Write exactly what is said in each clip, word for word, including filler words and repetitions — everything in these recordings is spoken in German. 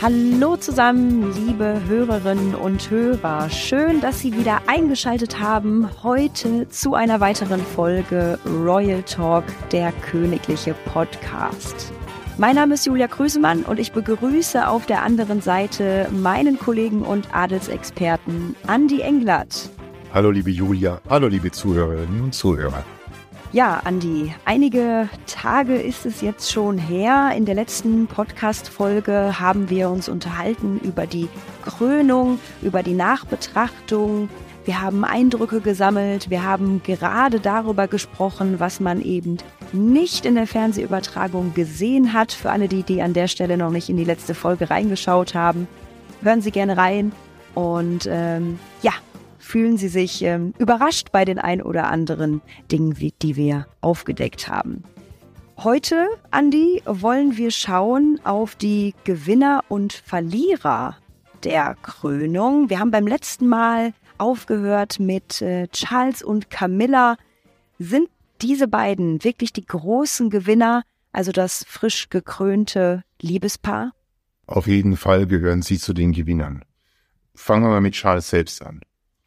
Hallo zusammen, liebe Hörerinnen und Hörer. Schön, dass Sie wieder eingeschaltet haben heute zu einer weiteren Folge Royal Talk, der königliche Podcast. Mein Name ist Julia Krüsemann und ich begrüße auf der anderen Seite meinen Kollegen und Adelsexperten Andi Englert. Hallo liebe Julia, hallo liebe Zuhörerinnen und Zuhörer. Ja, Andi, einige Tage ist es jetzt schon her. In der letzten Podcast-Folge haben wir uns unterhalten über die Krönung, über die Nachbetrachtung. Wir haben Eindrücke gesammelt. Wir haben gerade darüber gesprochen, was man eben nicht in der Fernsehübertragung gesehen hat. Für alle, die, die an der Stelle noch nicht in die letzte Folge reingeschaut haben, hören Sie gerne rein. Und ähm, ja, fühlen Sie sich ähm, überrascht bei den ein oder anderen Dingen, wie, die wir aufgedeckt haben. Heute, Andi, wollen wir schauen auf die Gewinner und Verlierer der Krönung. Wir haben beim letzten Mal aufgehört mit äh, Charles und Camilla. Sind diese beiden wirklich die großen Gewinner, also das frisch gekrönte Liebespaar? Auf jeden Fall gehören sie zu den Gewinnern. Fangen wir mal mit Charles selbst an.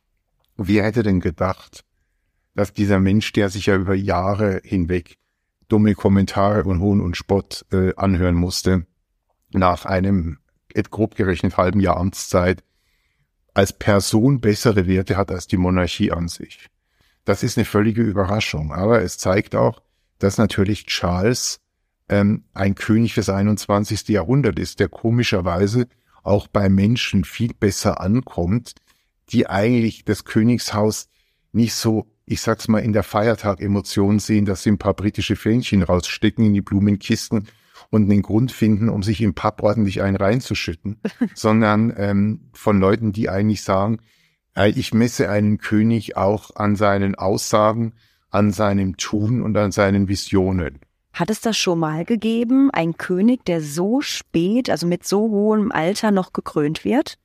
Wer hätte denn gedacht, dass dieser Mensch, der sich ja über Jahre hinweg dumme Kommentare und Hohn und Spott äh, anhören musste, nach einem grob gerechnet halben Jahr Amtszeit als Person bessere Werte hat als die Monarchie an sich. Das ist eine völlige Überraschung, aber es zeigt auch, dass natürlich Charles ähm, ein König des einundzwanzigsten Jahrhunderts ist, der komischerweise auch bei Menschen viel besser ankommt, die eigentlich das Königshaus nicht so, ich sag's mal, in der Feiertag-Emotion sehen, dass sie ein paar britische Fähnchen rausstecken in die Blumenkisten und einen Grund finden, um sich im Pub ordentlich einen reinzuschütten, sondern ähm, von Leuten, die eigentlich sagen, äh, ich messe einen König auch an seinen Aussagen, an seinem Tun und an seinen Visionen. Hat es das schon mal gegeben, ein König, der so spät, also mit so hohem Alter noch gekrönt wird?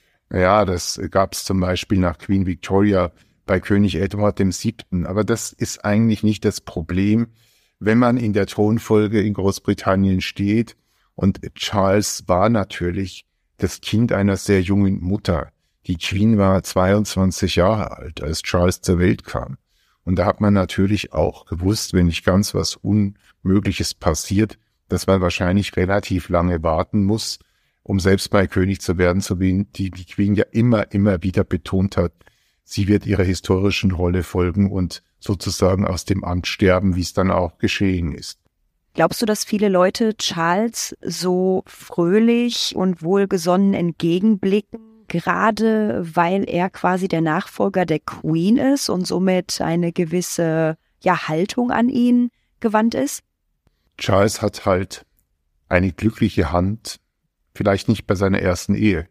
Ja, das gab es zum Beispiel nach Queen Victoria bei König Edward der Siebte. Aber das ist eigentlich nicht das Problem, wenn man in der Thronfolge in Großbritannien steht. Und Charles war natürlich das Kind einer sehr jungen Mutter. Die Queen war zweiundzwanzig Jahre alt, als Charles zur Welt kam. Und da hat man natürlich auch gewusst, wenn nicht ganz was Unmögliches passiert, dass man wahrscheinlich relativ lange warten muss, um selbst mal König zu werden, so wie die, die Queen ja immer, immer wieder betont hat, sie wird ihrer historischen Rolle folgen und sozusagen aus dem Amt sterben, wie es dann auch geschehen ist. Glaubst du, dass viele Leute Charles so fröhlich und wohlgesonnen entgegenblicken, gerade weil er quasi der Nachfolger der Queen ist und somit eine gewisse ja, Haltung an ihn gewandt ist? Charles hat halt eine glückliche Hand, vielleicht nicht bei seiner ersten Ehe,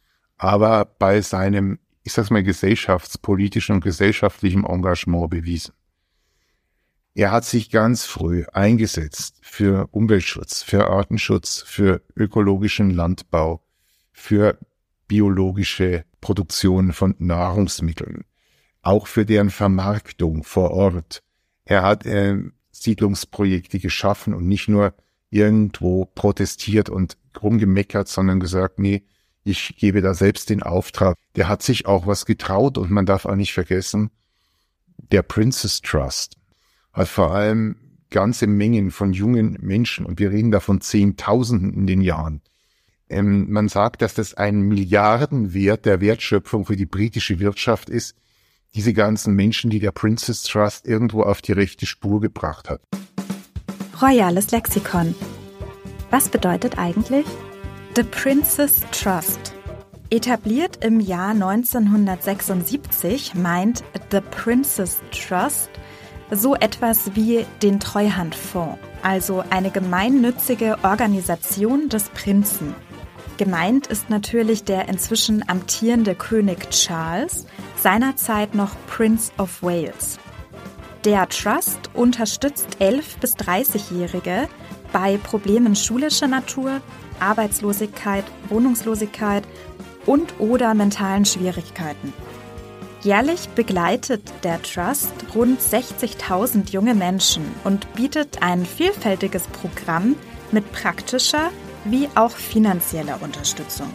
aber bei seinem, ich sag's mal, gesellschaftspolitischen und gesellschaftlichen Engagement bewiesen. Er hat sich ganz früh eingesetzt für Umweltschutz, für Artenschutz, für ökologischen Landbau, für biologische Produktion von Nahrungsmitteln, auch für deren Vermarktung vor Ort. Er hat äh, Siedlungsprojekte geschaffen und nicht nur irgendwo protestiert und rumgemeckert, sondern gesagt, nee, ich gebe da selbst den Auftrag. Der hat sich auch was getraut und man darf auch nicht vergessen, der Prince's Trust hat vor allem ganze Mengen von jungen Menschen, und wir reden da von Zehntausenden in den Jahren. Ähm, man sagt, dass das ein Milliardenwert der Wertschöpfung für die britische Wirtschaft ist, diese ganzen Menschen, die der Prince's Trust irgendwo auf die rechte Spur gebracht hat. Royales Lexikon. Was bedeutet eigentlich The Prince's Trust? Etabliert im Jahr neunzehnhundertsechsundsiebzig meint The Prince's Trust so etwas wie den Treuhandfonds, also eine gemeinnützige Organisation des Prinzen. Gemeint ist natürlich der inzwischen amtierende König Charles, seinerzeit noch Prince of Wales. Der Trust unterstützt elf- bis dreißigjährige bei Problemen schulischer Natur, Arbeitslosigkeit, Wohnungslosigkeit und oder mentalen Schwierigkeiten. Jährlich begleitet der Trust rund sechzigtausend junge Menschen und bietet ein vielfältiges Programm mit praktischer wie auch finanzieller Unterstützung.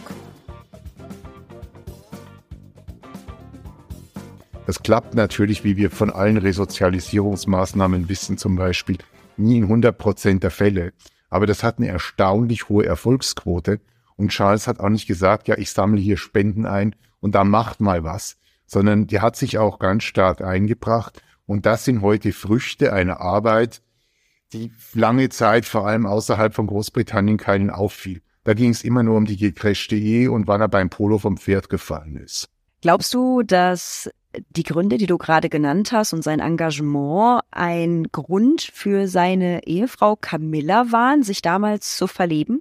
Das klappt natürlich, wie wir von allen Resozialisierungsmaßnahmen wissen, zum Beispiel nie in hundert Prozent der Fälle. Aber das hat eine erstaunlich hohe Erfolgsquote. Und Charles hat auch nicht gesagt, ja, ich sammle hier Spenden ein und da macht mal was, sondern der hat sich auch ganz stark eingebracht. Und das sind heute Früchte einer Arbeit, die lange Zeit vor allem außerhalb von Großbritannien keinen auffiel. Da ging es immer nur um die gecrashte Ehe und wann er beim Polo vom Pferd gefallen ist. Glaubst du, dass die Gründe, die du gerade genannt hast und sein Engagement ein Grund für seine Ehefrau Camilla waren, sich damals zu verlieben?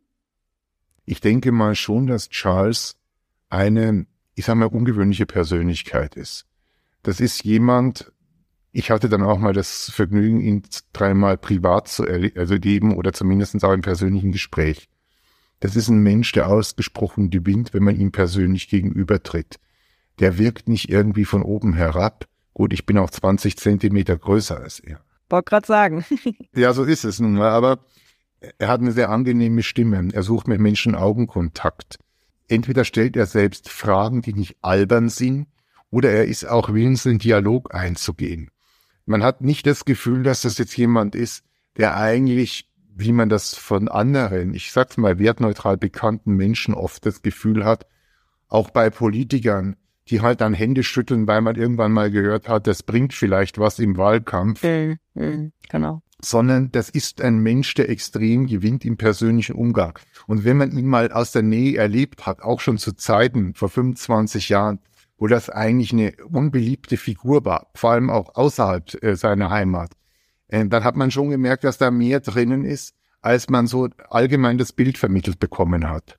Ich denke mal schon, dass Charles eine, ich sage mal, ungewöhnliche Persönlichkeit ist. Das ist jemand, ich hatte dann auch mal das Vergnügen, ihn dreimal privat zu erleben oder zumindest auch im persönlichen Gespräch. Das ist ein Mensch, der ausgesprochen gewinnt, wenn man ihm persönlich gegenübertritt. Der wirkt nicht irgendwie von oben herab. Gut, ich bin auch zwanzig Zentimeter größer als er. Wollte gerade sagen. Ja, so ist es nun mal, aber er hat eine sehr angenehme Stimme. Er sucht mit Menschen Augenkontakt. Entweder stellt er selbst Fragen, die nicht albern sind, oder er ist auch willens, in Dialog einzugehen. Man hat nicht das Gefühl, dass das jetzt jemand ist, der eigentlich, wie man das von anderen, ich sag's mal, wertneutral bekannten Menschen oft das Gefühl hat, auch bei Politikern, die halt dann Hände schütteln, weil man irgendwann mal gehört hat, das bringt vielleicht was im Wahlkampf. Mhm, mhm, genau. Sondern das ist ein Mensch, der extrem gewinnt im persönlichen Umgang. Und wenn man ihn mal aus der Nähe erlebt hat, auch schon zu Zeiten vor fünfundzwanzig Jahren, wo das eigentlich eine unbeliebte Figur war, vor allem auch außerhalb äh, seiner Heimat, äh, dann hat man schon gemerkt, dass da mehr drinnen ist, als man so allgemein das Bild vermittelt bekommen hat.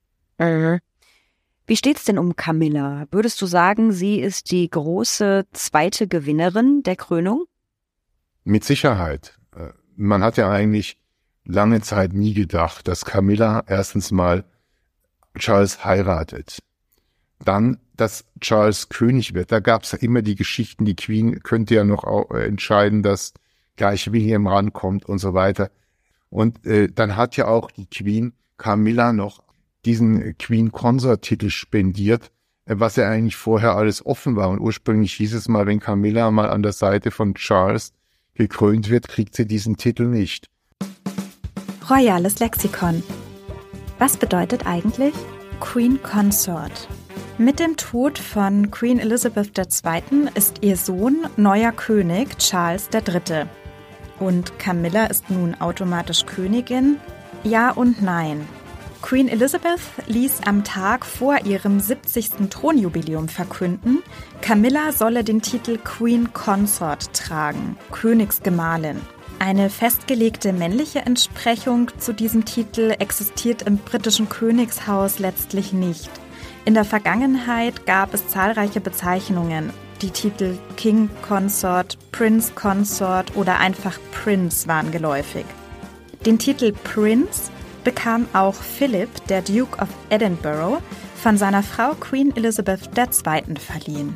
Mhm. Wie steht's denn um Camilla? Würdest du sagen, sie ist die große zweite Gewinnerin der Krönung? Mit Sicherheit. Man hat ja eigentlich lange Zeit nie gedacht, dass Camilla erstens mal Charles heiratet. Dann, dass Charles König wird. Da gab es ja immer die Geschichten, die Queen könnte ja noch auch entscheiden, dass gleich William rankommt und so weiter. Und äh, dann hat ja auch die Queen Camilla noch diesen Queen-Consort-Titel spendiert, was ja eigentlich vorher alles offen war. Und ursprünglich hieß es mal, wenn Camilla mal an der Seite von Charles gekrönt wird, kriegt sie diesen Titel nicht. Royales Lexikon. Was bedeutet eigentlich Queen Consort? Mit dem Tod von Queen Elizabeth der Zweite ist ihr Sohn neuer König Charles der Dritte. Und Camilla ist nun automatisch Königin? Ja und nein. Queen Elizabeth ließ am Tag vor ihrem siebzigsten Thronjubiläum verkünden, Camilla solle den Titel Queen Consort tragen, Königsgemahlin. Eine festgelegte männliche Entsprechung zu diesem Titel existiert im britischen Königshaus letztlich nicht. In der Vergangenheit gab es zahlreiche Bezeichnungen. Die Titel King Consort, Prince Consort oder einfach Prince waren geläufig. Den Titel Prince bekam auch Philip, der Duke of Edinburgh, von seiner Frau Queen Elizabeth der Zweite verliehen.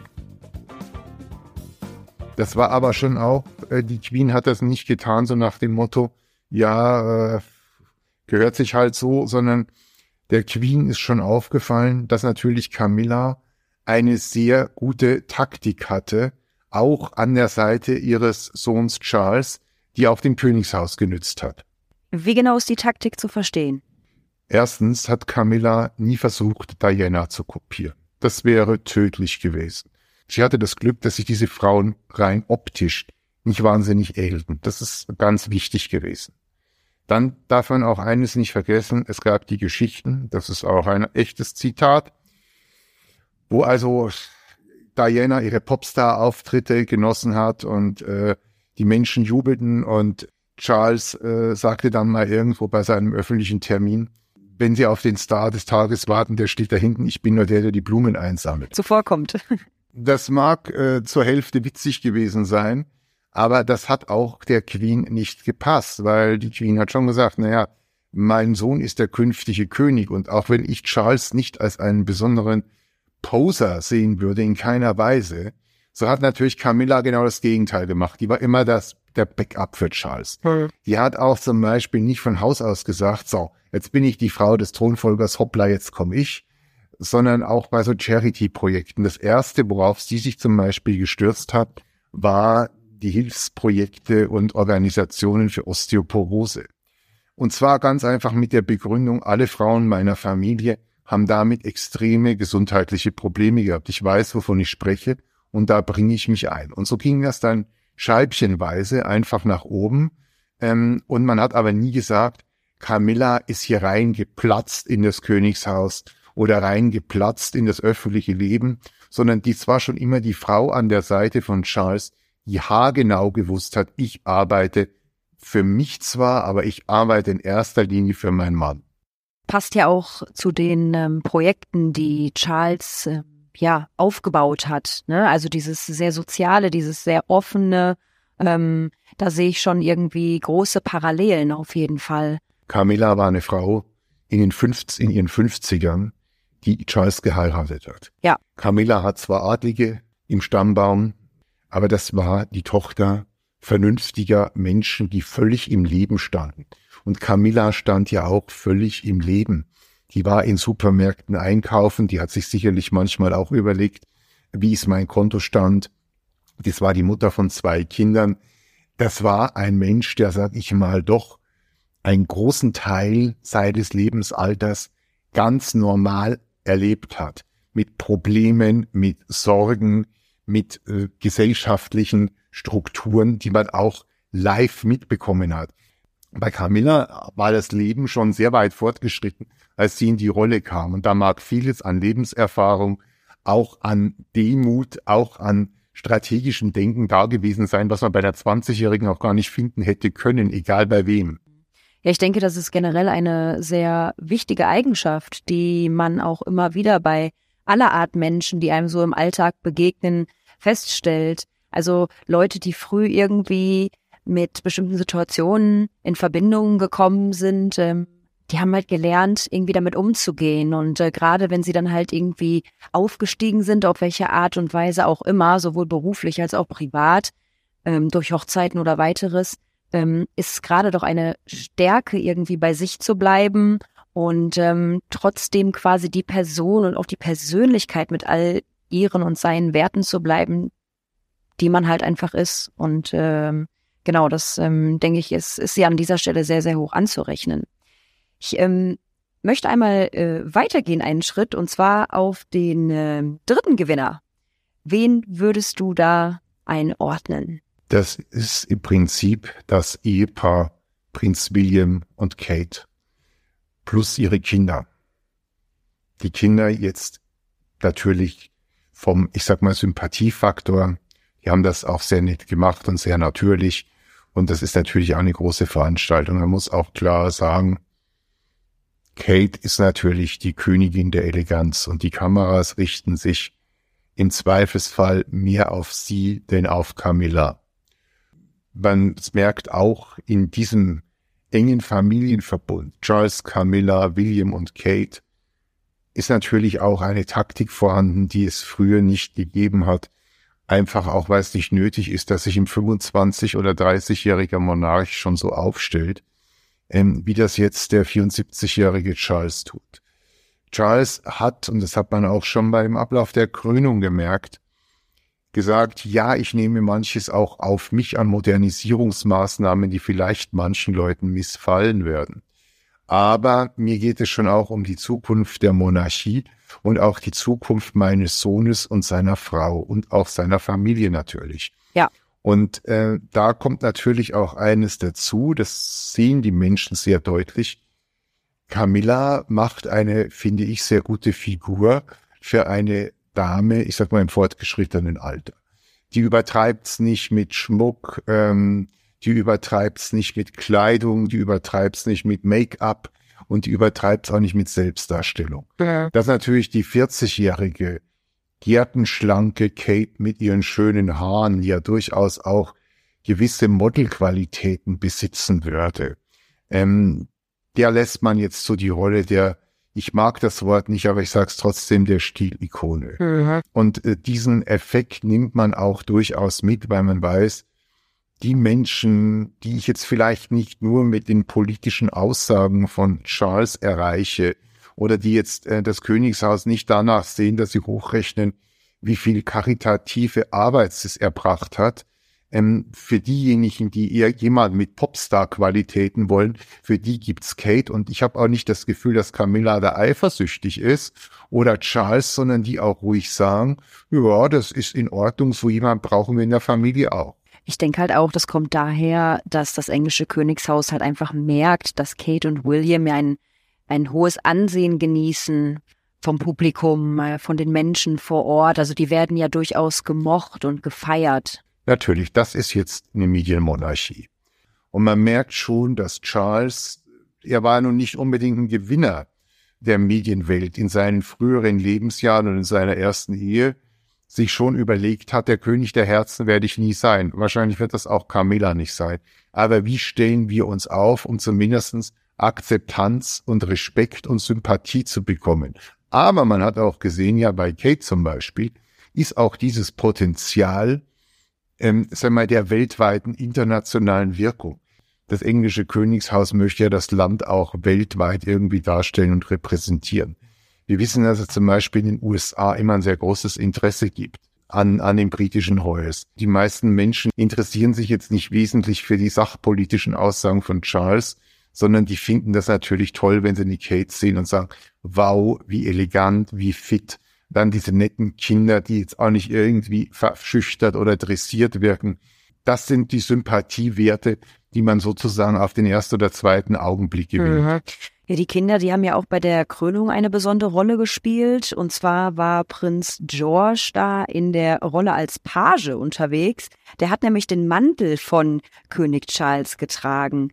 Das war aber schon auch, äh, die Queen hat das nicht getan, so nach dem Motto, ja, äh, gehört sich halt so, sondern der Queen ist schon aufgefallen, dass natürlich Camilla eine sehr gute Taktik hatte, auch an der Seite ihres Sohns Charles, die auch dem Königshaus genützt hat. Wie genau ist die Taktik zu verstehen? Erstens hat Camilla nie versucht, Diana zu kopieren. Das wäre tödlich gewesen. Sie hatte das Glück, dass sich diese Frauen rein optisch nicht wahnsinnig ähnelten. Das ist ganz wichtig gewesen. Dann darf man auch eines nicht vergessen, es gab die Geschichten, das ist auch ein echtes Zitat, wo also Diana ihre Popstar-Auftritte genossen hat und äh, die Menschen jubelten und Charles äh, sagte dann mal irgendwo bei seinem öffentlichen Termin, wenn Sie auf den Star des Tages warten, der steht da hinten, ich bin nur der, der die Blumen einsammelt. Zuvorkommt. Das mag äh, zur Hälfte witzig gewesen sein, aber das hat auch der Queen nicht gepasst, weil die Queen hat schon gesagt, naja, mein Sohn ist der künftige König und auch wenn ich Charles nicht als einen besonderen Poser sehen würde, in keiner Weise, so hat natürlich Camilla genau das Gegenteil gemacht. Die war immer das der Backup für Charles. Hm. Die hat auch zum Beispiel nicht von Haus aus gesagt, so, jetzt bin ich die Frau des Thronfolgers, hoppla, jetzt komme ich, sondern auch bei so Charity-Projekten. Das erste, worauf sie sich zum Beispiel gestürzt hat, war die Hilfsprojekte und Organisationen für Osteoporose. Und zwar ganz einfach mit der Begründung, alle Frauen meiner Familie haben damit extreme gesundheitliche Probleme gehabt. Ich weiß, wovon ich spreche, und da bringe ich mich ein. Und so ging das dann scheibchenweise einfach nach oben. Ähm, und man hat aber nie gesagt, Camilla ist hier reingeplatzt in das Königshaus oder reingeplatzt in das öffentliche Leben, sondern dies war schon immer die Frau an der Seite von Charles, die haargenau gewusst hat, ich arbeite für mich zwar, aber ich arbeite in erster Linie für meinen Mann. Passt ja auch zu den ähm, Projekten, die Charles äh, ja aufgebaut hat, ne? Also dieses sehr soziale, dieses sehr offene, ähm, da sehe ich schon irgendwie große Parallelen auf jeden Fall. Camilla war eine Frau in, den fünfzig, in ihren fünfzigern, die Charles geheiratet hat. Ja. Camilla hat zwar Adlige im Stammbaum, aber das war die Tochter vernünftiger Menschen, die völlig im Leben standen. Und Camilla stand ja auch völlig im Leben. Die war in Supermärkten einkaufen, die hat sich sicherlich manchmal auch überlegt, wie ist mein Kontostand. Das war die Mutter von zwei Kindern. Das war ein Mensch, der, sag ich mal, doch einen großen Teil seines Lebensalters ganz normal erlebt hat. Mit Problemen, mit Sorgen, mit äh, gesellschaftlichen Strukturen, die man auch live mitbekommen hat. Bei Camilla war das Leben schon sehr weit fortgeschritten, als sie in die Rolle kam. Und da mag vieles an Lebenserfahrung, auch an Demut, auch an strategischem Denken da gewesen sein, was man bei der zwanzigjährigen auch gar nicht finden hätte können, egal bei wem. Ja, ich denke, das ist generell eine sehr wichtige Eigenschaft, die man auch immer wieder bei aller Art Menschen, die einem so im Alltag begegnen, feststellt. Also Leute, die früh irgendwie mit bestimmten Situationen in Verbindung gekommen sind, ähm, die haben halt gelernt, irgendwie damit umzugehen. Und äh, gerade wenn sie dann halt irgendwie aufgestiegen sind, auf welche Art und Weise auch immer, sowohl beruflich als auch privat, ähm, durch Hochzeiten oder weiteres, ähm, ist gerade doch eine Stärke, irgendwie bei sich zu bleiben und ähm, trotzdem quasi die Person und auch die Persönlichkeit mit all ihren und seinen Werten zu bleiben, die man halt einfach ist. Und ähm, genau, das ähm, denke ich, ist, ist ja an dieser Stelle sehr, sehr hoch anzurechnen. Ich ähm, möchte einmal äh, weitergehen einen Schritt, und zwar auf den äh, dritten Gewinner. Wen würdest du da einordnen? Das ist im Prinzip das Ehepaar Prinz William und Kate plus ihre Kinder. Die Kinder jetzt natürlich vom, ich sag mal, Sympathiefaktor, die haben das auch sehr nett gemacht und sehr natürlich. Und das ist natürlich auch eine große Veranstaltung. Man muss auch klar sagen, Kate ist natürlich die Königin der Eleganz und die Kameras richten sich im Zweifelsfall mehr auf sie denn auf Camilla. Man merkt auch in diesem engen Familienverbund, Charles, Camilla, William und Kate, ist natürlich auch eine Taktik vorhanden, die es früher nicht gegeben hat. Einfach auch, weil es nicht nötig ist, dass sich ein fünfundzwanzig- oder dreißigjähriger Monarch schon so aufstellt, ähm, wie das jetzt der vierundsiebzigjährige Charles tut. Charles hat, und das hat man auch schon beim Ablauf der Krönung gemerkt, gesagt, ja, ich nehme manches auch auf mich an Modernisierungsmaßnahmen, die vielleicht manchen Leuten missfallen werden. Aber mir geht es schon auch um die Zukunft der Monarchie und auch die Zukunft meines Sohnes und seiner Frau und auch seiner Familie natürlich. Ja. Und äh, da kommt natürlich auch eines dazu, das sehen die Menschen sehr deutlich. Camilla macht eine, finde ich, sehr gute Figur für eine Dame, ich sag mal im fortgeschrittenen Alter. Die übertreibt's nicht mit Schmuck, ähm, die übertreibt's nicht mit Kleidung, die übertreibt's nicht mit Make-up und die übertreibt's auch nicht mit Selbstdarstellung. Ja. Das ist natürlich die vierzigjährige, gärtenschlanke Kate mit ihren schönen Haaren, die ja durchaus auch gewisse Modelqualitäten besitzen würde. Ähm, der lässt man jetzt so die Rolle der, ich mag das Wort nicht, aber ich sag's trotzdem, der Stilikone. Mhm. Und äh, diesen Effekt nimmt man auch durchaus mit, weil man weiß, die Menschen, die ich jetzt vielleicht nicht nur mit den politischen Aussagen von Charles erreiche oder die jetzt äh, das Königshaus nicht danach sehen, dass sie hochrechnen, wie viel karitative Arbeit es erbracht hat. Ähm, für diejenigen, die eher jemanden mit Popstar-Qualitäten wollen, für die gibt's Kate. Und ich habe auch nicht das Gefühl, dass Camilla da eifersüchtig ist oder Charles, sondern die auch ruhig sagen, ja, das ist in Ordnung, so jemand brauchen wir in der Familie auch. Ich denke halt auch, das kommt daher, dass das englische Königshaus halt einfach merkt, dass Kate und William ja ein, ein hohes Ansehen genießen vom Publikum, von den Menschen vor Ort. Also die werden ja durchaus gemocht und gefeiert. Natürlich, das ist jetzt eine Medienmonarchie. Und man merkt schon, dass Charles, er war nun nicht unbedingt ein Gewinner der Medienwelt in seinen früheren Lebensjahren und in seiner ersten Ehe, sich schon überlegt hat, der König der Herzen werde ich nie sein. Wahrscheinlich wird das auch Camilla nicht sein. Aber wie stellen wir uns auf, um zumindest Akzeptanz und Respekt und Sympathie zu bekommen? Aber man hat auch gesehen, ja bei Kate zum Beispiel, ist auch dieses Potenzial, ähm, sagen wir mal, der weltweiten internationalen Wirkung. Das englische Königshaus möchte ja das Land auch weltweit irgendwie darstellen und repräsentieren. Wir wissen, dass es zum Beispiel in den U S A immer ein sehr großes Interesse gibt an, an dem britischen Royals. Die meisten Menschen interessieren sich jetzt nicht wesentlich für die sachpolitischen Aussagen von Charles, sondern die finden das natürlich toll, wenn sie eine Kate sehen und sagen, wow, wie elegant, wie fit. Dann diese netten Kinder, die jetzt auch nicht irgendwie verschüchtert oder dressiert wirken. Das sind die Sympathiewerte, die man sozusagen auf den ersten oder zweiten Augenblick gewinnt. Mhm. Ja, die Kinder, die haben ja auch bei der Krönung eine besondere Rolle gespielt. Und zwar war Prinz George da in der Rolle als Page unterwegs. Der hat nämlich den Mantel von König Charles getragen.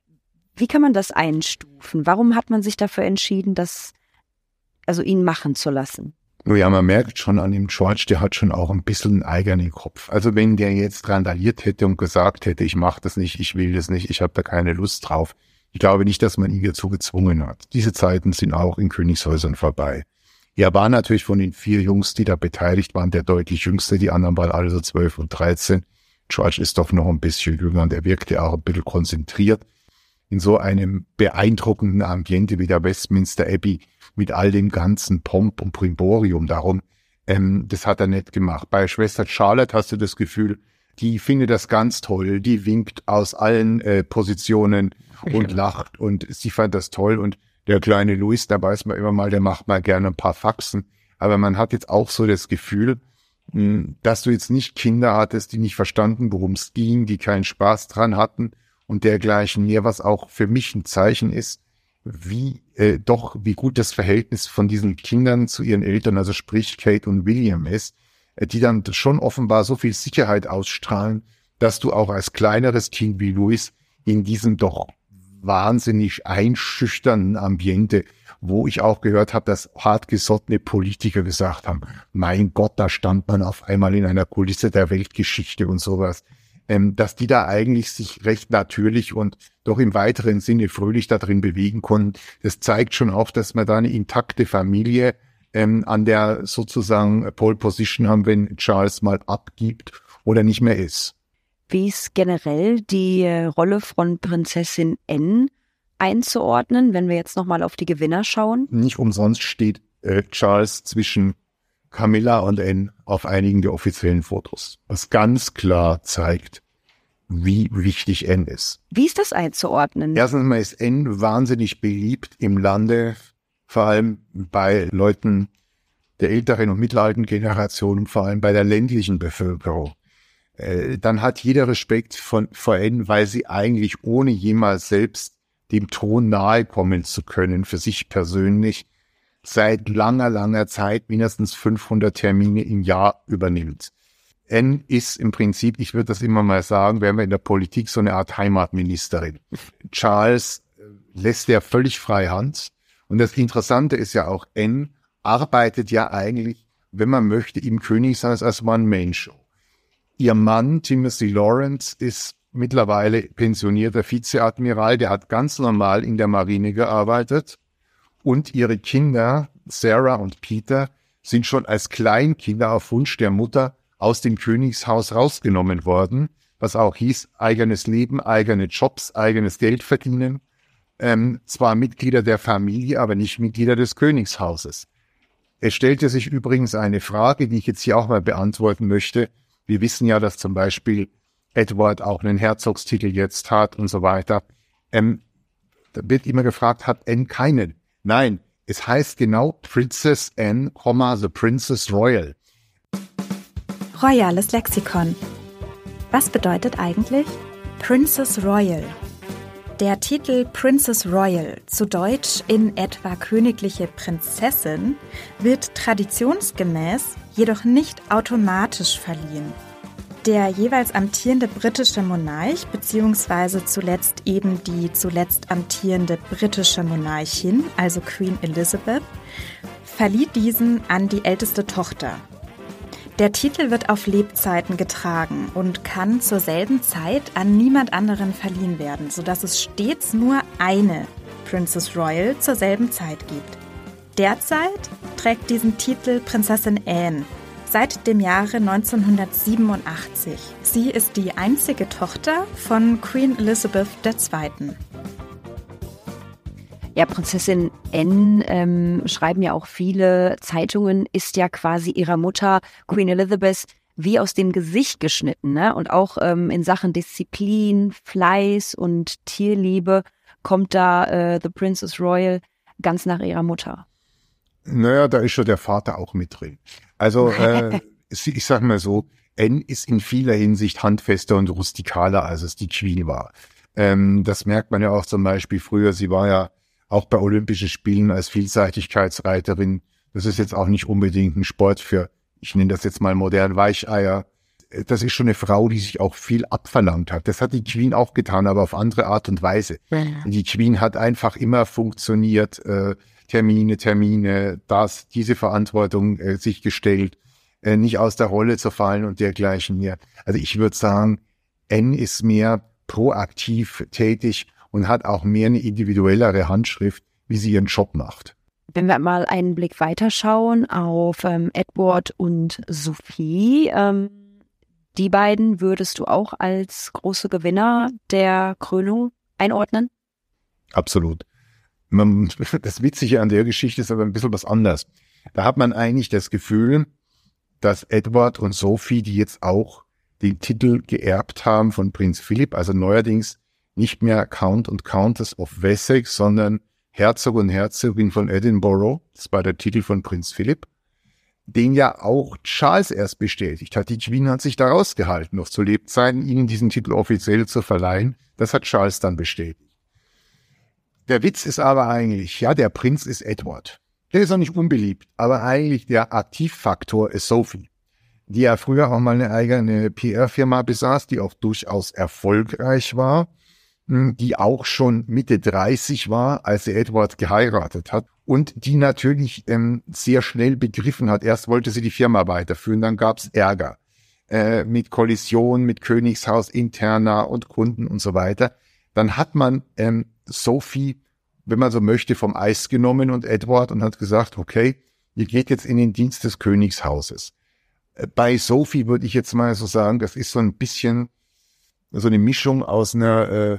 Wie kann man das einstufen? Warum hat man sich dafür entschieden, das, also ihn machen zu lassen? Nun ja, man merkt schon an dem George, der hat schon auch ein bisschen einen eigenen Kopf. Also wenn der jetzt randaliert hätte und gesagt hätte, ich mache das nicht, ich will das nicht, ich habe da keine Lust drauf. Ich glaube nicht, dass man ihn dazu gezwungen hat. Diese Zeiten sind auch in Königshäusern vorbei. Er war natürlich von den vier Jungs, die da beteiligt waren, der deutlich jüngste. Die anderen waren alle so zwölf und dreizehn. George ist doch noch ein bisschen jünger und er wirkte auch ein bisschen konzentriert. In so einem beeindruckenden Ambiente wie der Westminster Abbey mit all dem ganzen Pomp und Primborium darum, ähm, das hat er nicht gemacht. Bei Schwester Charlotte hast du das Gefühl, die findet das ganz toll, die winkt aus allen äh, Positionen und lacht und sie fand das toll. Und der kleine Louis, da weiß man immer mal, der macht mal gerne ein paar Faxen. Aber man hat jetzt auch so das Gefühl, mh, dass du jetzt nicht Kinder hattest, die nicht verstanden, worum es ging, die keinen Spaß dran hatten und dergleichen mehr, was auch für mich ein Zeichen ist, wie äh, doch, wie gut das Verhältnis von diesen Kindern zu ihren Eltern, also sprich Kate und William ist, äh, die dann schon offenbar so viel Sicherheit ausstrahlen, dass du auch als kleineres Kind wie Louis in diesem doch wahnsinnig einschüchternden Ambiente, wo ich auch gehört habe, dass hartgesottene Politiker gesagt haben, mein Gott, da stand man auf einmal in einer Kulisse der Weltgeschichte und sowas. Ähm, dass die da eigentlich sich recht natürlich und doch im weiteren Sinne fröhlich da drin bewegen konnten. Das zeigt schon auch, dass wir da eine intakte Familie ähm, an der sozusagen Pole Position haben, wenn Charles mal abgibt oder nicht mehr ist. Wie ist generell die Rolle von Prinzessin Anne einzuordnen, wenn wir jetzt nochmal auf die Gewinner schauen? Nicht umsonst steht äh, Charles zwischen Camilla und Anne auf einigen der offiziellen Fotos, was ganz klar zeigt, wie wichtig Anne ist. Wie ist das einzuordnen? Erstens mal ist Anne wahnsinnig beliebt im Lande, vor allem bei Leuten der älteren und mittelalten Generation und vor allem bei der ländlichen Bevölkerung. Äh, dann hat jeder Respekt von, vor Anne, weil sie eigentlich ohne jemals selbst dem Thron nahe kommen zu können, für sich persönlich, seit langer, langer Zeit mindestens fünfhundert Termine im Jahr übernimmt. Anne ist im Prinzip, ich würde das immer mal sagen, wären wir in der Politik so eine Art Heimatministerin. Charles lässt ja völlig frei Hand. Und das Interessante ist ja auch, Anne arbeitet ja eigentlich, wenn man möchte, im Königshaus als One-Man-Show. Ihr Mann, Timothy Lawrence, ist mittlerweile pensionierter Vizeadmiral, der hat ganz normal in der Marine gearbeitet. Und ihre Kinder, Sarah und Peter, sind schon als Kleinkinder auf Wunsch der Mutter aus dem Königshaus rausgenommen worden, was auch hieß, eigenes Leben, eigene Jobs, eigenes Geld verdienen. Ähm, zwar Mitglieder der Familie, aber nicht Mitglieder des Königshauses. Es stellte sich übrigens eine Frage, die ich jetzt hier auch mal beantworten möchte. Wir wissen ja, dass zum Beispiel Edward auch einen Herzogstitel jetzt hat und so weiter. Ähm, da wird immer gefragt, hat Anne keinen? Nein, es heißt genau Princess Anne, the Princess Royal. Royales Lexikon. Was bedeutet eigentlich Princess Royal? Der Titel Princess Royal, zu Deutsch in etwa königliche Prinzessin, wird traditionsgemäß jedoch nicht automatisch verliehen. Der jeweils amtierende britische Monarch bzw. zuletzt eben die zuletzt amtierende britische Monarchin, also Queen Elizabeth, verlieh diesen an die älteste Tochter. Der Titel wird auf Lebzeiten getragen und kann zur selben Zeit an niemand anderen verliehen werden, sodass es stets nur eine Princess Royal zur selben Zeit gibt. Derzeit trägt diesen Titel Prinzessin Anne seit dem Jahre neunzehnhundertsiebenundachtzig. Sie ist die einzige Tochter von Queen Elizabeth der Zweiten. Ja, Prinzessin Anne, ähm, schreiben ja auch viele Zeitungen, ist ja quasi ihrer Mutter Queen Elizabeth wie aus dem Gesicht geschnitten, ne? Und auch ähm, in Sachen Disziplin, Fleiß und Tierliebe kommt da äh, The Princess Royal ganz nach ihrer Mutter. Naja, da ist schon der Vater auch mit drin. Also äh, ich sag mal so, Anne ist in vieler Hinsicht handfester und rustikaler, als es die Queen war. Ähm, das merkt man ja auch zum Beispiel früher, sie war ja auch bei Olympischen Spielen als Vielseitigkeitsreiterin. Das ist jetzt auch nicht unbedingt ein Sport für, ich nenne das jetzt mal modern Weicheier. Das ist schon eine Frau, die sich auch viel abverlangt hat. Das hat die Queen auch getan, aber auf andere Art und Weise. Ja. Die Queen hat einfach immer funktioniert, äh, Termine, Termine, das, diese Verantwortung äh, sich gestellt, äh, nicht aus der Rolle zu fallen und dergleichen mehr. Also ich würde sagen, Anne ist mehr proaktiv tätig und hat auch mehr eine individuellere Handschrift, wie sie ihren Job macht. Wenn wir mal einen Blick weiterschauen auf ähm, Edward und Sophie, ähm, die beiden würdest du auch als große Gewinner der Krönung einordnen? Absolut. Man, das Witzige an der Geschichte ist aber ein bisschen was anderes. Da hat man eigentlich das Gefühl, dass Edward und Sophie, die jetzt auch den Titel geerbt haben von Prinz Philipp, also neuerdings nicht mehr Count und Countess of Wessex, sondern Herzog und Herzogin von Edinburgh, das war der Titel von Prinz Philipp, den ja auch Charles erst bestätigt hat. Die Queen hat sich da rausgehalten, noch zu Lebzeiten ihnen diesen Titel offiziell zu verleihen. Das hat Charles dann bestätigt. Der Witz ist aber eigentlich, ja, der Prinz ist Edward. Der ist auch nicht unbeliebt, aber eigentlich der Aktivfaktor ist Sophie, die ja früher auch mal eine eigene P R-Firma besaß, die auch durchaus erfolgreich war, die auch schon Mitte dreißig war, als sie Edward geheiratet hat und die natürlich ähm, sehr schnell begriffen hat, erst wollte sie die Firma weiterführen, dann gab's Ärger äh, mit Kollision, mit Königshaus interna und Kunden und so weiter. Dann hat man ähm, Sophie, wenn man so möchte, vom Eis genommen und Edward und hat gesagt, okay, ihr geht jetzt in den Dienst des Königshauses. Äh, bei Sophie würde ich jetzt mal so sagen, das ist so ein bisschen so eine Mischung aus einer äh,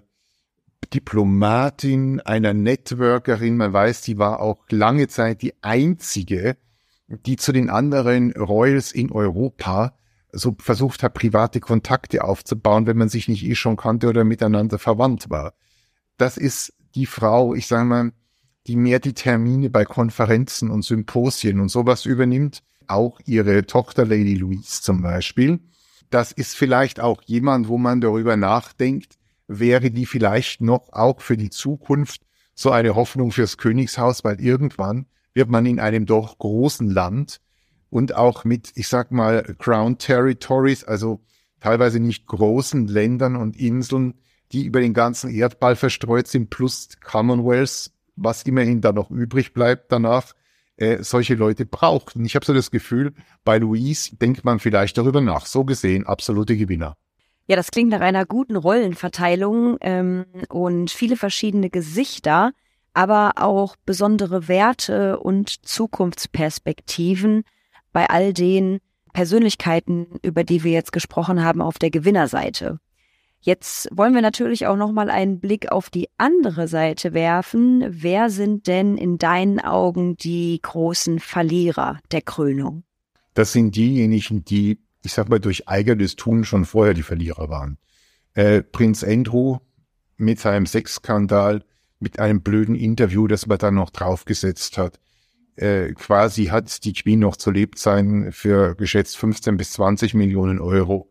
Diplomatin, einer Networkerin. Man weiß, die war auch lange Zeit die einzige, die zu den anderen Royals in Europa so versucht hat, private Kontakte aufzubauen, wenn man sich nicht eh schon kannte oder miteinander verwandt war. Das ist die Frau, ich sage mal, die mehr die Termine bei Konferenzen und Symposien und sowas übernimmt. Auch ihre Tochter Lady Louise zum Beispiel. Das ist vielleicht auch jemand, wo man darüber nachdenkt, wäre die vielleicht noch auch für die Zukunft so eine Hoffnung fürs Königshaus, weil irgendwann wird man in einem doch großen Land und auch mit, ich sag mal, Crown Territories, also teilweise nicht großen Ländern und Inseln, die über den ganzen Erdball verstreut sind, plus Commonwealth, was immerhin da noch übrig bleibt danach, äh, solche Leute braucht. Und ich habe so das Gefühl, bei Louise denkt man vielleicht darüber nach. So gesehen, absolute Gewinner. Ja, das klingt nach einer guten Rollenverteilung ähm, und viele verschiedene Gesichter, aber auch besondere Werte und Zukunftsperspektiven bei all den Persönlichkeiten, über die wir jetzt gesprochen haben, auf der Gewinnerseite. Jetzt wollen wir natürlich auch nochmal einen Blick auf die andere Seite werfen. Wer sind denn in deinen Augen die großen Verlierer der Krönung? Das sind diejenigen, die, ich sag mal, durch eigenes Tun schon vorher die Verlierer waren. Äh, Prinz Andrew mit seinem Sexskandal, mit einem blöden Interview, das man dann noch draufgesetzt hat. Äh, quasi hat die Queen noch zu Lebzeiten für geschätzt fünfzehn bis zwanzig Millionen Euro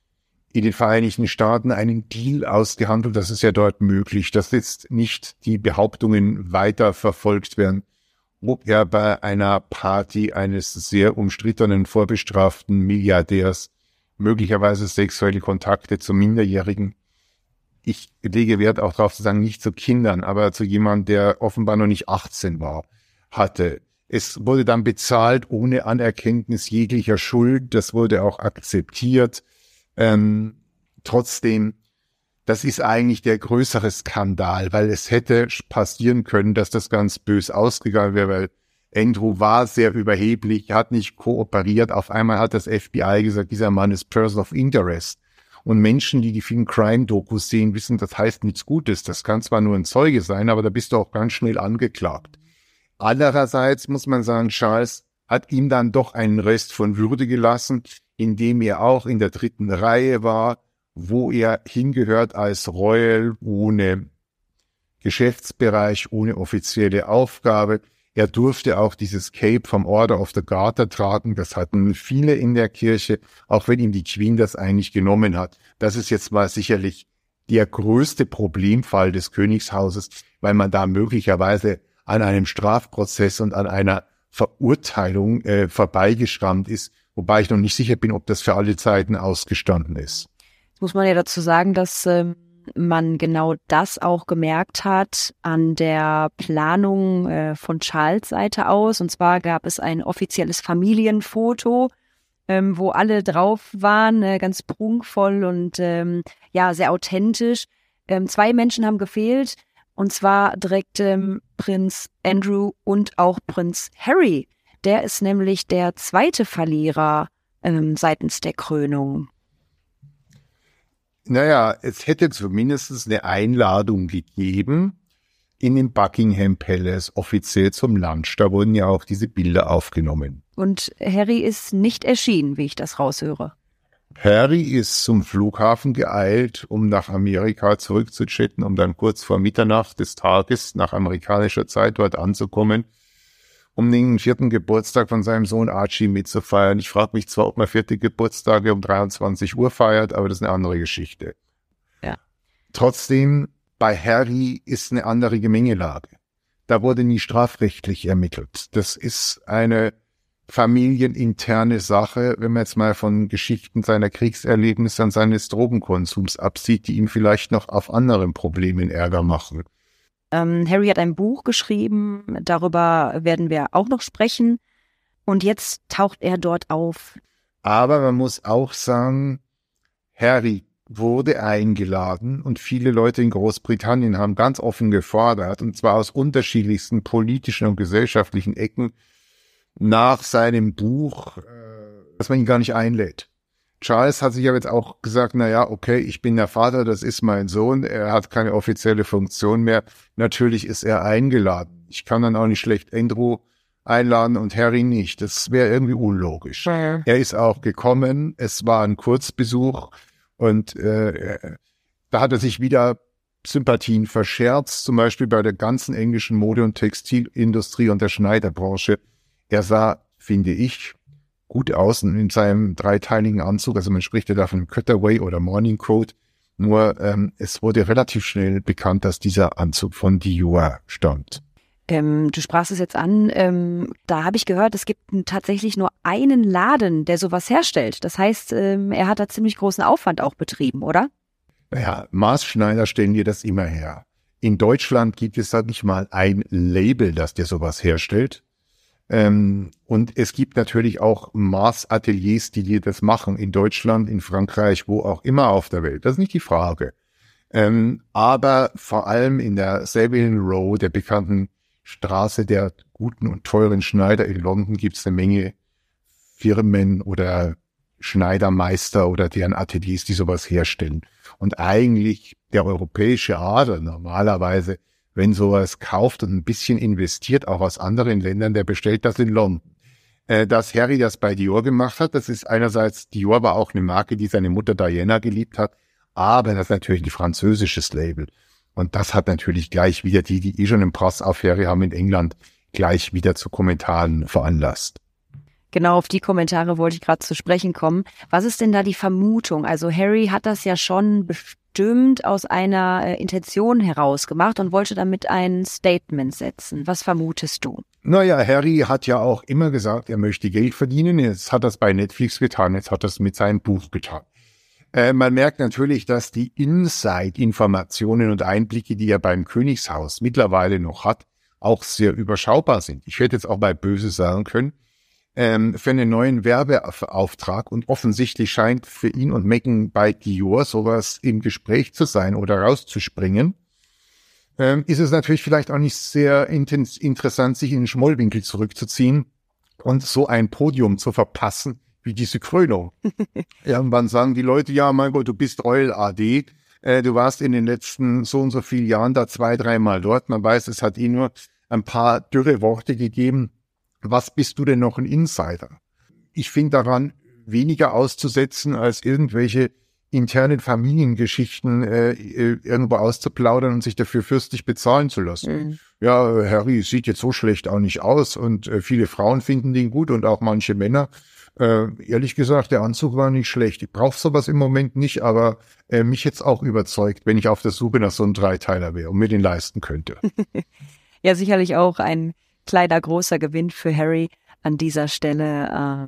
in den Vereinigten Staaten einen Deal ausgehandelt. Das ist ja dort möglich, dass jetzt nicht die Behauptungen weiter verfolgt werden, ob er bei einer Party eines sehr umstrittenen, vorbestraften Milliardärs möglicherweise sexuelle Kontakte zu Minderjährigen, ich lege Wert auch darauf zu sagen, nicht zu Kindern, aber zu jemandem, der offenbar noch nicht achtzehn war, hatte. Es wurde dann bezahlt ohne Anerkenntnis jeglicher Schuld. Das wurde auch akzeptiert. Ähm, trotzdem, das ist eigentlich der größere Skandal, weil es hätte passieren können, dass das ganz bös ausgegangen wäre, weil Andrew war sehr überheblich, hat nicht kooperiert. Auf einmal hat das F B I gesagt, dieser Mann ist Person of Interest. Und Menschen, die die vielen Crime-Dokus sehen, wissen, das heißt nichts Gutes. Das kann zwar nur ein Zeuge sein, aber da bist du auch ganz schnell angeklagt. Andererseits muss man sagen, Charles hat ihm dann doch einen Rest von Würde gelassen, indem er auch in der dritten Reihe war, wo er hingehört als Royal, ohne Geschäftsbereich, ohne offizielle Aufgabe. Er durfte auch dieses Cape vom Order of the Garter tragen. Das hatten viele in der Kirche, auch wenn ihm die Queen das eigentlich genommen hat. Das ist jetzt mal sicherlich der größte Problemfall des Königshauses, weil man da möglicherweise an einem Strafprozess und an einer Verurteilung äh, vorbeigeschrammt ist, wobei ich noch nicht sicher bin, ob das für alle Zeiten ausgestanden ist. Jetzt muss man ja dazu sagen, dass ähm, man genau das auch gemerkt hat an der Planung äh, von Charles' Seite aus. Und zwar gab es ein offizielles Familienfoto, ähm, wo alle drauf waren, äh, ganz prunkvoll und ähm, ja sehr authentisch. Ähm, zwei Menschen haben gefehlt. Und zwar direkt ähm, Prinz Andrew und auch Prinz Harry. Der ist nämlich der zweite Verlierer ähm, seitens der Krönung. Naja, es hätte zumindest eine Einladung gegeben in den Buckingham Palace, offiziell zum Lunch. Da wurden ja auch diese Bilder aufgenommen. Und Harry ist nicht erschienen, wie ich das raushöre. Harry ist zum Flughafen geeilt, um nach Amerika zurückzujetten, um dann kurz vor Mitternacht des Tages nach amerikanischer Zeit dort anzukommen, um den vierten Geburtstag von seinem Sohn Archie mitzufeiern. Ich frage mich zwar, ob man vierte Geburtstage um dreiundzwanzig Uhr feiert, aber das ist eine andere Geschichte. Ja. Trotzdem, bei Harry ist eine andere Gemengelage. Da wurde nie strafrechtlich ermittelt. Das ist eine familieninterne Sache, wenn man jetzt mal von Geschichten seiner Kriegserlebnisse und seines Drogenkonsums absieht, die ihm vielleicht noch auf anderen Problemen Ärger machen. Ähm, Harry hat ein Buch geschrieben, darüber werden wir auch noch sprechen. Und jetzt taucht er dort auf. Aber man muss auch sagen, Harry wurde eingeladen und viele Leute in Großbritannien haben ganz offen gefordert, und zwar aus unterschiedlichsten politischen und gesellschaftlichen Ecken, nach seinem Buch, äh, dass man ihn gar nicht einlädt. Charles hat sich aber jetzt auch gesagt, na ja, okay, ich bin der Vater, das ist mein Sohn, er hat keine offizielle Funktion mehr. Natürlich ist er eingeladen. Ich kann dann auch nicht schlecht Andrew einladen und Harry nicht. Das wäre irgendwie unlogisch. Ja. Er ist auch gekommen, es war ein Kurzbesuch und äh, da hat er sich wieder Sympathien verscherzt, zum Beispiel bei der ganzen englischen Mode- und Textilindustrie und der Schneiderbranche. Er sah, finde ich, gut aus in seinem dreiteiligen Anzug. Also man spricht ja da von Cutaway oder Morning Coat. Nur ähm, es wurde relativ schnell bekannt, dass dieser Anzug von Dior stammt. Ähm, du sprachst es jetzt an. Ähm, da habe ich gehört, es gibt tatsächlich nur einen Laden, der sowas herstellt. Das heißt, ähm, er hat da ziemlich großen Aufwand auch betrieben, oder? Naja, Maßschneider stellen dir das immer her. In Deutschland gibt es da nicht mal ein Label, das dir sowas herstellt. Ähm, und es gibt natürlich auch Maßateliers, die dir das machen, in Deutschland, in Frankreich, wo auch immer auf der Welt. Das ist nicht die Frage. Ähm, aber vor allem in der Savile Row, der bekannten Straße der guten und teuren Schneider in London, gibt es eine Menge Firmen oder Schneidermeister oder deren Ateliers, die sowas herstellen. Und eigentlich der europäische Adel normalerweise, wenn sowas kauft und ein bisschen investiert, auch aus anderen Ländern, der bestellt das in London. Äh, dass Harry das bei Dior gemacht hat, das ist einerseits, Dior war auch eine Marke, die seine Mutter Diana geliebt hat, aber das ist natürlich ein französisches Label. Und das hat natürlich gleich wieder die, die eh schon einen Pass auf Harry haben in England, gleich wieder zu Kommentaren veranlasst. Genau, auf die Kommentare wollte ich gerade zu sprechen kommen. Was ist denn da die Vermutung? Also Harry hat das ja schon bestimmt aus einer äh, Intention heraus gemacht und wollte damit ein Statement setzen. Was vermutest du? Naja, Harry hat ja auch immer gesagt, er möchte Geld verdienen. Jetzt hat er es bei Netflix getan, jetzt hat er es mit seinem Buch getan. Äh, man merkt natürlich, dass die Inside-Informationen und Einblicke, die er beim Königshaus mittlerweile noch hat, auch sehr überschaubar sind. Ich hätte jetzt auch bei Böse sagen können, ähm, für einen neuen Werbeauftrag, und offensichtlich scheint für ihn und Meghan bei Dior sowas im Gespräch zu sein oder rauszuspringen, ähm, ist es natürlich vielleicht auch nicht sehr intens- interessant, sich in den Schmollwinkel zurückzuziehen und so ein Podium zu verpassen, wie diese Krönung. Irgendwann sagen die Leute, ja, mein Gott, du bist Royal A D, äh, du warst in den letzten so und so vielen Jahren da zwei, dreimal dort. Man weiß, es hat eh nur ein paar dürre Worte gegeben. Was bist du denn noch ein Insider? Ich finde daran weniger auszusetzen, als irgendwelche internen Familiengeschichten äh, irgendwo auszuplaudern und sich dafür fürstlich bezahlen zu lassen. Mhm. Ja, Harry sieht jetzt so schlecht auch nicht aus und äh, viele Frauen finden den gut und auch manche Männer. Äh, ehrlich gesagt, der Anzug war nicht schlecht. Ich brauche sowas im Moment nicht, aber äh, mich hätte es auch überzeugt, wenn ich auf der Suche nach so einem Dreiteiler wäre und mir den leisten könnte. Ja, sicherlich auch ein kleiner, großer Gewinn für Harry an dieser Stelle. Ähm,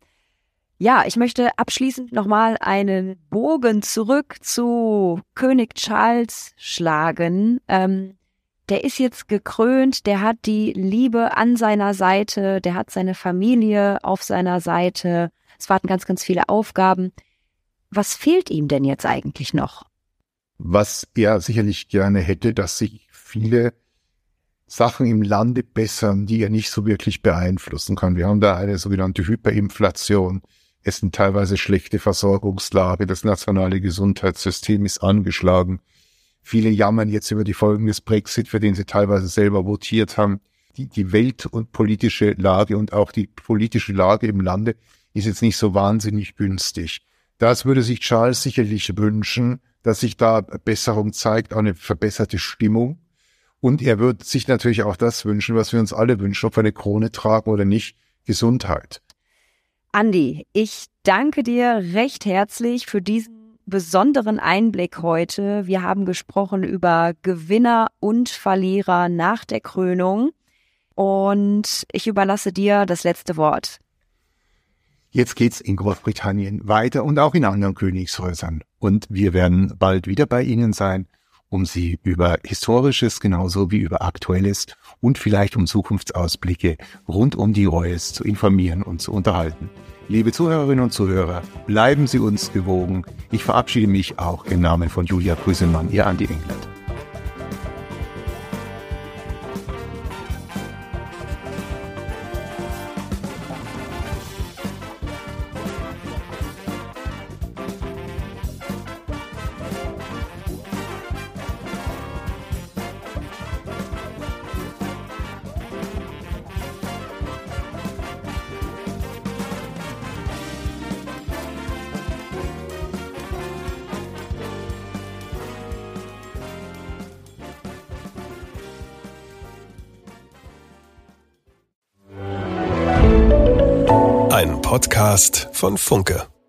ja, ich möchte abschließend nochmal einen Bogen zurück zu König Charles schlagen. Ähm, der ist jetzt gekrönt, der hat die Liebe an seiner Seite, der hat seine Familie auf seiner Seite. Es warten ganz, ganz viele Aufgaben. Was fehlt ihm denn jetzt eigentlich noch? Was er sicherlich gerne hätte, dass sich viele Sachen im Lande bessern, die er nicht so wirklich beeinflussen kann. Wir haben da eine sogenannte Hyperinflation. Es sind teilweise schlechte Versorgungslage. Das nationale Gesundheitssystem ist angeschlagen. Viele jammern jetzt über die Folgen des Brexit, für den sie teilweise selber votiert haben. Die, die Welt- und politische Lage und auch die politische Lage im Lande ist jetzt nicht so wahnsinnig günstig. Das würde sich Charles sicherlich wünschen, dass sich da Besserung zeigt, auch eine verbesserte Stimmung. Und er würde sich natürlich auch das wünschen, was wir uns alle wünschen, ob wir eine Krone tragen oder nicht, Gesundheit. Andi, ich danke dir recht herzlich für diesen besonderen Einblick heute. Wir haben gesprochen über Gewinner und Verlierer nach der Krönung. Und ich überlasse dir das letzte Wort. Jetzt geht's in Großbritannien weiter und auch in anderen Königshäusern. Und wir werden bald wieder bei Ihnen sein, um Sie über Historisches genauso wie über Aktuelles und vielleicht um Zukunftsausblicke rund um die Royals zu informieren und zu unterhalten. Liebe Zuhörerinnen und Zuhörer, bleiben Sie uns gewogen. Ich verabschiede mich auch im Namen von Julia Brüsselmann, Ihr Andi England. Ein Podcast von Funke.